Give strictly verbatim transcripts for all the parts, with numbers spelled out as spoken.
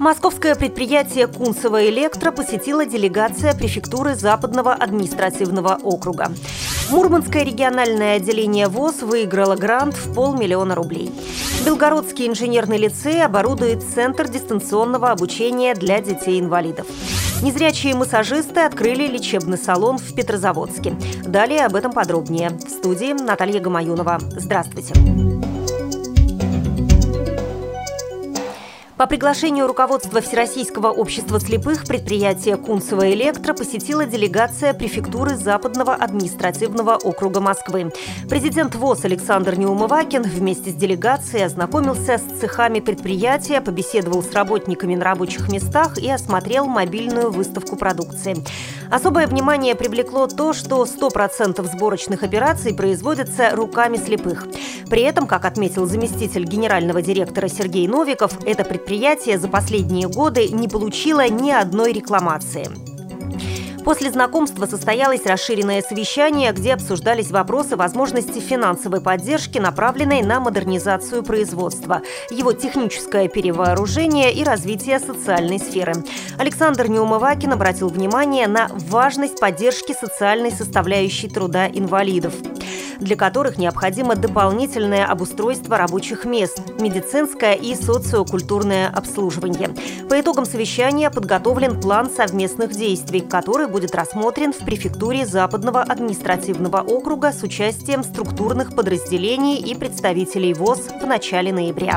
Московское предприятие «Кунцево Электро» посетила делегация префектуры Западного административного округа. Мурманское региональное отделение ВОС выиграло грант в полмиллиона рублей. Белгородский инженерный лицей оборудует центр дистанционного обучения для детей-инвалидов. Незрячие массажисты открыли лечебный салон в Петрозаводске. Далее об этом подробнее. В студии Наталья Гамаюнова. Здравствуйте. По приглашению руководства Всероссийского общества слепых предприятие «Кунцево Электро» посетила делегация префектуры Западного административного округа Москвы. Президент ВОС Александр Неумывакин вместе с делегацией ознакомился с цехами предприятия, побеседовал с работниками на рабочих местах и осмотрел мобильную выставку продукции. Особое внимание привлекло то, что сто процентов сборочных операций производятся руками слепых. При этом, как отметил заместитель генерального директора Сергей Новиков, это предприятие за последние годы не получило ни одной рекламации. После знакомства состоялось расширенное совещание, где обсуждались вопросы возможности финансовой поддержки, направленной на модернизацию производства, его техническое перевооружение и развитие социальной сферы. Александр Неумывакин обратил внимание на важность поддержки социальной составляющей труда инвалидов, для которых необходимо дополнительное обустройство рабочих мест, медицинское и социокультурное обслуживание. По итогам совещания подготовлен план совместных действий, который будет рассмотрен в префектуре Западного административного округа с участием структурных подразделений и представителей ВОС в начале ноября.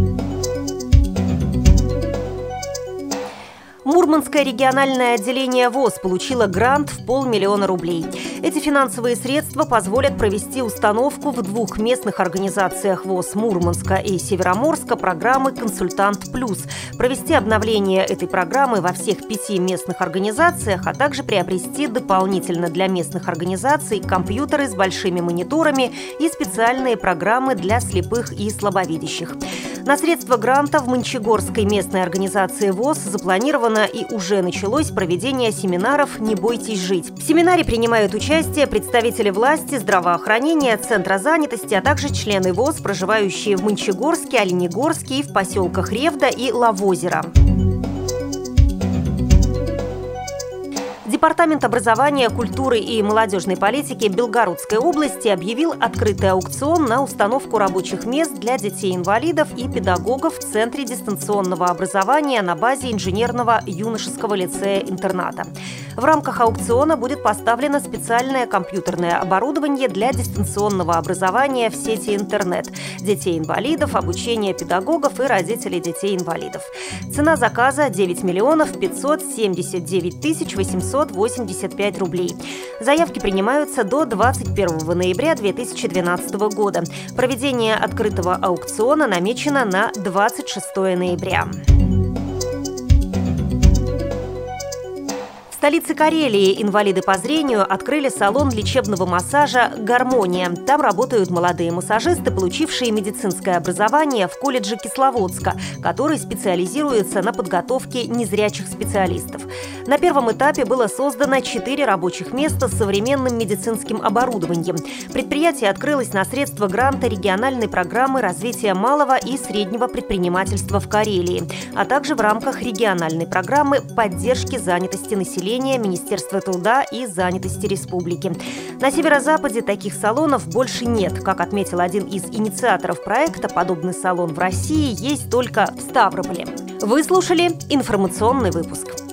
Мурманское региональное отделение ВОС получило грант в полмиллиона рублей. Эти финансовые средства позволят провести установку в двух местных организациях ВОС Мурманска и Североморска программы «Консультант Плюс», провести обновление этой программы во всех пяти местных организациях, а также приобрести дополнительно для местных организаций компьютеры с большими мониторами и специальные программы для слепых и слабовидящих. На средства гранта в Мончегорской местной организации ВОС запланировано и уже началось проведение семинаров «Не бойтесь жить». В семинаре принимают участие представители власти, здравоохранения, центра занятости, а также члены ВОС, проживающие в Мончегорске, Оленегорске и в поселках Ревда и Лавозеро. Департамент образования, культуры и молодежной политики Белгородской области объявил открытый аукцион на установку рабочих мест для детей-инвалидов и педагогов в Центре дистанционного образования на базе инженерного юношеского лицея-интерната. В рамках аукциона будет поставлено специальное компьютерное оборудование для дистанционного образования в сети интернет, детей-инвалидов, обучения педагогов и родителей детей-инвалидов. Цена заказа – девять миллионов пятьсот семьдесят девять тысяч восемьсот восемьдесят пять рублей. Заявки принимаются до двадцать первого ноября две тысячи двенадцатого года. Проведение открытого аукциона намечено на двадцать шестое ноября. В столице Карелии инвалиды по зрению открыли салон лечебного массажа «Гармония». Там работают молодые массажисты, получившие медицинское образование в колледже Кисловодска, который специализируется на подготовке незрячих специалистов. На первом этапе было создано четыре рабочих места с современным медицинским оборудованием. Предприятие открылось на средства гранта региональной программы развития малого и среднего предпринимательства в Карелии, а также в рамках региональной программы поддержки занятости населения Министерства труда и занятости республики. На северо-западе таких салонов больше нет. Как отметил один из инициаторов проекта, подобный салон в России есть только в Ставрополе. Вы слушали информационный выпуск.